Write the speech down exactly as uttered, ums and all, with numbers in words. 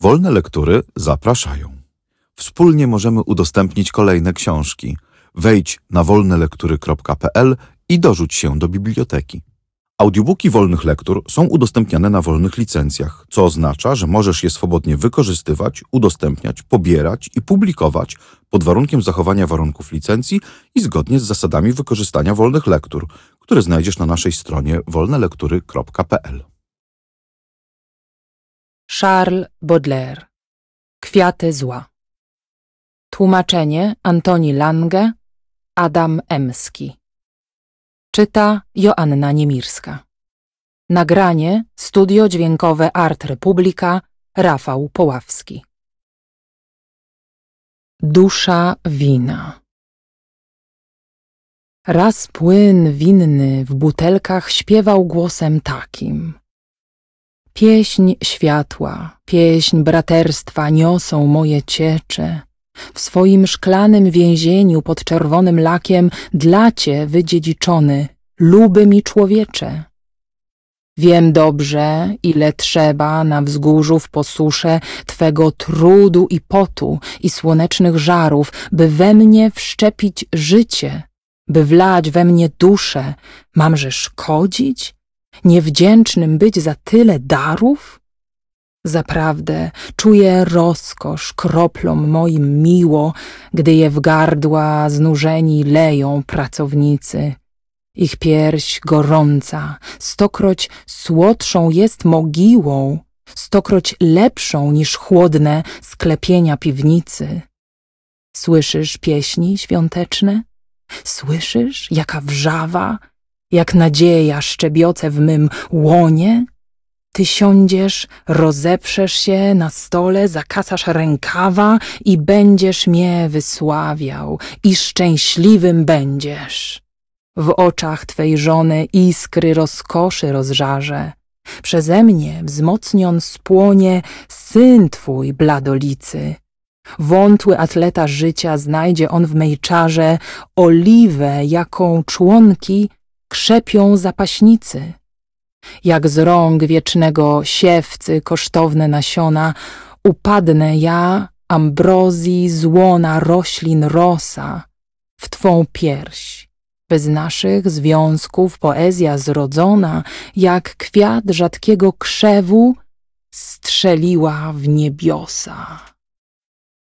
Wolne Lektury zapraszają. Wspólnie możemy udostępnić kolejne książki. Wejdź na wolne lektury kropka p l i dorzuć się do biblioteki. Audiobooki Wolnych Lektur są udostępniane na wolnych licencjach, co oznacza, że możesz je swobodnie wykorzystywać, udostępniać, pobierać i publikować pod warunkiem zachowania warunków licencji i zgodnie z zasadami wykorzystania wolnych lektur, które znajdziesz na naszej stronie wolne lektury kropka p l. Charles Baudelaire. Kwiaty zła. Tłumaczenie Antoni Lange, Adam Emski. Czyta Joanna Niemirska. Nagranie Studio Dźwiękowe Art Republika, Rafał Poławski. Dusza wina. Raz płyn winny w butelkach śpiewał głosem takim. Pieśń światła, pieśń braterstwa niosą moje ciecze. W swoim szklanym więzieniu pod czerwonym lakiem dla cię wydziedziczony, luby mi człowiecze. Wiem dobrze, ile trzeba na wzgórzu w posusze twego trudu i potu i słonecznych żarów, by we mnie wszczepić życie, by wlać we mnie duszę. Mamże szkodzić? Niewdzięcznym być za tyle darów? Zaprawdę czuję rozkosz kroplom moim miło, gdy je w gardła znużeni leją pracownicy. Ich pierś gorąca, stokroć słodszą jest mogiłą, stokroć lepszą niż chłodne sklepienia piwnicy. Słyszysz pieśni świąteczne? Słyszysz, jaka wrzawa, jak nadzieja szczebioce w mym łonie? Ty siądziesz, rozeprzesz się na stole, zakasasz rękawa i będziesz mnie wysławiał i szczęśliwym będziesz. W oczach twej żony iskry rozkoszy rozżarze. Przeze mnie wzmocnion spłonie syn twój bladolicy. Wątły atleta życia znajdzie on w mej czarze oliwę, jaką członki krzepią zapaśnicy. Jak z rąk wiecznego siewcy kosztowne nasiona, upadnę ja, ambrozji z łona roślin rosa, w twą pierś. Bez naszych związków poezja zrodzona, jak kwiat rzadkiego krzewu, strzeliła w niebiosa.